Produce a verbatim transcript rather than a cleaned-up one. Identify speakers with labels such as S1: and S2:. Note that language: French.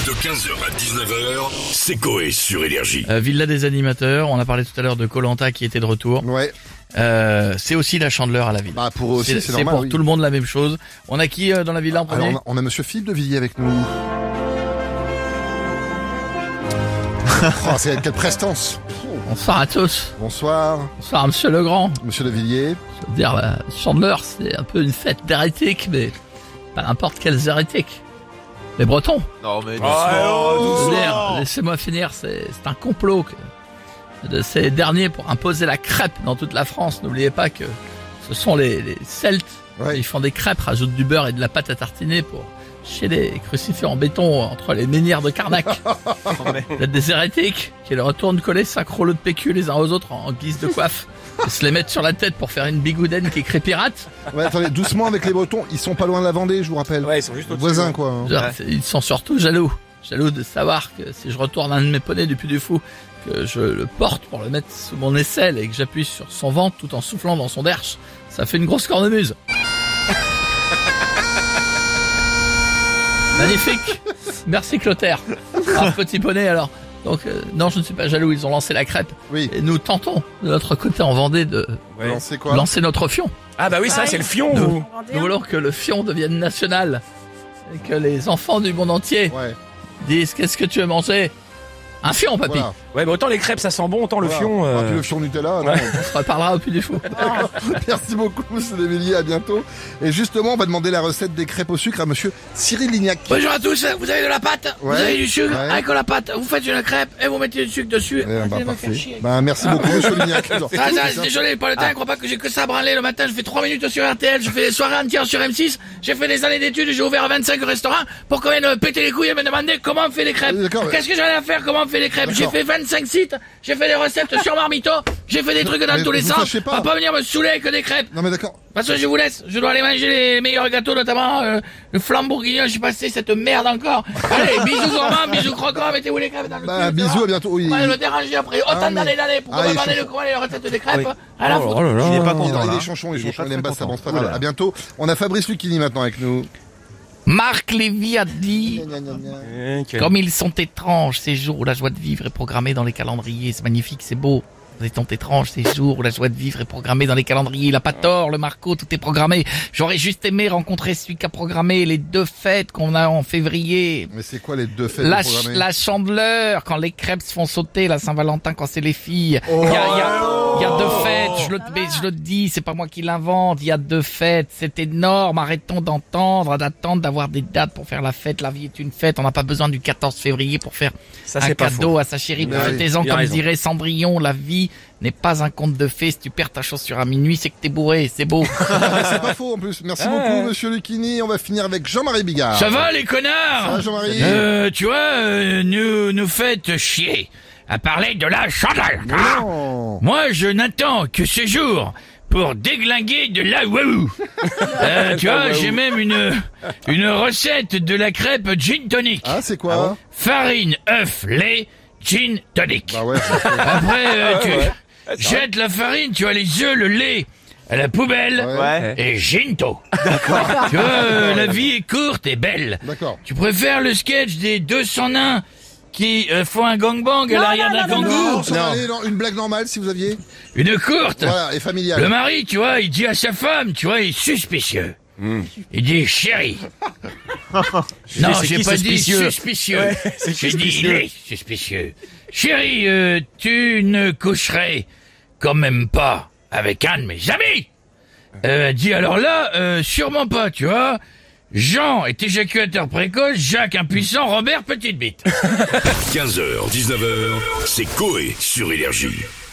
S1: De quinze heures à dix-neuf heures, c'est Coé sur Énergie.
S2: Euh, Villa des animateurs, on a parlé tout à l'heure de Koh-Lanta qui était de retour.
S3: Ouais.
S2: Euh, c'est aussi la Chandeleur à la ville.
S3: Bah pour eux aussi, c'est,
S2: c'est
S3: normal.
S2: pour
S3: oui.
S2: tout le monde la même chose. On a qui euh, dans la villa en premier?
S3: Alors, on a, on a Monsieur Philippe de Villiers avec nous. Oh, c'est quelle prestance.
S2: Bonsoir à tous.
S3: Bonsoir,
S2: Bonsoir Monsieur Legrand.
S3: Monsieur de Villiers.
S2: Je veux dire, la Chandeleur, c'est un peu une fête d'hérétiques, mais pas n'importe quels hérétiques. Les Bretons.
S4: Non mais
S2: Je veux dire, laissez-moi finir, c'est, c'est un complot que, de ces derniers pour imposer la crêpe dans toute la France. N'oubliez pas que ce sont les, les Celtes.
S3: Ouais.
S2: Ils font des crêpes, rajoutent du beurre et de la pâte à tartiner pour chier les crucifix en béton entre les menhirs de Carnac. Vous êtes des hérétiques qui leur retournent coller cinq rouleaux de P Q les uns aux autres en guise de coiffe et se les mettent sur la tête pour faire une bigoudaine qui écrit pirate.
S3: Ouais, attendez, doucement avec les Bretons. Ils sont pas loin de la Vendée, je vous rappelle.
S4: Ouais, ils sont juste au-dessus.
S3: Voisins, quoi. hein.
S2: Genre, c'est- Ils sont surtout jaloux. Jaloux de savoir que si je retourne un de mes poneys du Puy du Fou, que je le porte pour le mettre sous mon aisselle et que j'appuie sur son ventre tout en soufflant dans son derche, ça fait une grosse cornemuse. Magnifique. Merci Clotaire. Un petit poney alors. Donc euh, non, je ne suis pas jaloux, ils ont lancé la crêpe.
S3: Oui.
S2: Et nous tentons de notre côté en Vendée de
S4: Ouais.
S3: Alors, c'est quoi?
S2: lancer notre fion.
S4: Ah bah oui, ça c'est le fion.
S2: Nous,
S4: ou-
S2: nous voulons que le fion devienne national et que les enfants du monde entier
S3: Ouais.
S2: disent qu'est-ce que tu veux manger? Un fion, papy.
S3: Voilà.
S4: Ouais, mais autant les crêpes ça sent bon, autant le
S3: Voilà.
S4: fion.
S3: Ah,
S4: euh,
S3: puis le fion Nutella, non.
S4: Ouais.
S2: On se reparlera au Puy du Fou.
S3: Merci beaucoup, Monsieur de Villiers, à bientôt. Et justement, on va demander la recette des crêpes au sucre à Monsieur Cyril Lignac.
S2: Bonjour à tous, vous avez de la pâte,
S3: Ouais,
S2: vous avez du sucre,
S3: ouais.
S2: avec la pâte, vous faites une crêpe et vous mettez du sucre dessus.
S3: Eh, bah,
S2: Vous allez me
S3: parfait.
S2: faire chier.
S3: Bah, merci beaucoup, Monsieur Lignac.
S2: Ah,
S3: C'est
S2: ça,
S3: ça.
S2: désolé, pas le temps, je crois pas que j'ai que ça à branler le matin, je fais trois minutes sur R T L, je fais des soirées entières sur M six, j'ai fait des années d'études, j'ai ouvert vingt-cinq restaurants pour qu'on vienne péter les couilles et me demander comment on fait les crêpes.
S3: Oui, d'accord, ouais.
S2: Qu'est-ce que j'allais à faire, comment on fait les crêpes? J'ai
S3: D'accord.
S2: fait vingt-cinq sites, j'ai fait des recettes sur Marmito, j'ai fait des trucs dans
S3: Mais
S2: tous les
S3: vous
S2: sens,
S3: fâchez pas.
S2: on va pas venir me saouler avec des crêpes.
S3: Non, mais d'accord.
S2: Parce que je vous laisse, je dois aller manger les meilleurs gâteaux, notamment euh, le flambe bourguignon, je sais pas si c'est cette merde encore. Allez, bisous gourmands, bisous croquants, mettez-vous les crêpes dans le
S3: Bah,
S2: cul,
S3: bisous,
S2: ça va.
S3: à bientôt. Oui.
S2: On va le déranger après autant
S3: Ah, mais-
S2: d'années d'années pour
S3: Ah,
S2: me
S3: il
S2: demander
S3: change-
S2: le comment les recettes des crêpes.
S4: Oui.
S2: À la
S4: Oh
S2: foutre.
S4: là là. Il est pas
S3: Non,
S4: content
S3: il
S4: là.
S3: est chanchon, il est
S4: Il est
S3: chanchon,
S4: pas
S3: il aime
S4: très
S3: pas ça,
S4: content.
S3: avance pas.
S4: Voilà.
S3: Voilà. À bientôt. On a Fabrice Lucchini maintenant avec nous.
S2: Marc Lévy a dit,
S4: Euh, quel-
S2: comme ils sont étranges ces jours où la joie de vivre est programmée dans les calendriers, c'est magnifique, c'est beau. Ils sont étranges ces jours où la joie de vivre est programmée dans les calendriers. Il a pas tort, le Marco, tout est programmé. J'aurais juste aimé rencontrer celui qui a programmé les deux fêtes qu'on a en février.
S3: Mais c'est quoi les deux fêtes
S2: La,
S3: programmées?
S2: la Chandeleur, quand les crêpes se font sauter, la Saint-Valentin quand c'est les filles. Il
S3: Oh.
S2: y a, il y a, il y a deux fêtes, je le, mais je le dis, c'est pas moi qui l'invente, il y a deux fêtes, c'est énorme, arrêtons d'entendre, d'attendre, d'avoir des dates pour faire la fête, la vie est une fête, on n'a pas besoin du quatorze février pour faire
S4: Ça
S2: un
S4: c'est pas
S2: cadeau
S4: faux.
S2: à sa chérie,
S3: Mais oui,
S2: profitez-en
S4: il a
S2: comme
S4: raison.
S2: dirait Cendrillon, la vie n'est pas un conte de fées, si tu perds ta chaussure à minuit, c'est que t'es bourré, c'est beau.
S3: Ah, c'est pas faux en plus. Merci
S4: Ah,
S3: beaucoup,
S4: ouais.
S3: Monsieur Lucchini. On va finir avec Jean-Marie Bigard.
S2: Ça va les
S3: Ça
S2: connards
S3: va, Jean-Marie?
S2: Euh, tu vois, euh, nous, nous faites chier à parler de la Chandeleur. Ah
S3: Non.
S2: Moi, je n'attends que ce jour pour déglinguer de la waouh. Euh, tu vois, j'ai même une une recette de la crêpe gin tonic.
S3: Ah, c'est quoi?
S2: Farine, œuf, lait, gin tonic.
S3: Bah ouais, ça fait-
S2: Après, euh, tu
S4: ouais.
S2: jettes la farine, tu vois, les œufs, le lait à la poubelle
S3: Ouais.
S4: Ouais.
S2: et ginto. Tu vois, euh, la vie est courte et belle.
S3: D'accord.
S2: Tu préfères le sketch des deux cents nains qui euh, font un gangbang à l'arrière d'un
S3: Non,
S2: kangourou?
S3: ça va aller, non, une blague normale si vous aviez.
S2: Une courte.
S3: Voilà, et
S2: Le
S3: familiale.
S2: mari, tu vois, il dit à sa femme, tu vois, il est suspicieux. Il dit chérie. Non,
S4: c'est
S2: j'ai
S4: qui
S2: pas dit
S4: suspicieux?
S2: suspicieux.
S4: Ouais, c'est
S2: J'ai dit il
S4: suspicieux.
S2: est suspicieux. Chérie, euh, tu ne coucherais quand même pas avec un de mes amis? Euh, elle dit alors là, euh, sûrement pas, tu vois. Jean est éjaculateur précoce, Jacques impuissant, Robert petite bite.
S1: quinze heures, dix-neuf heures, c'est Coé sur Énergie.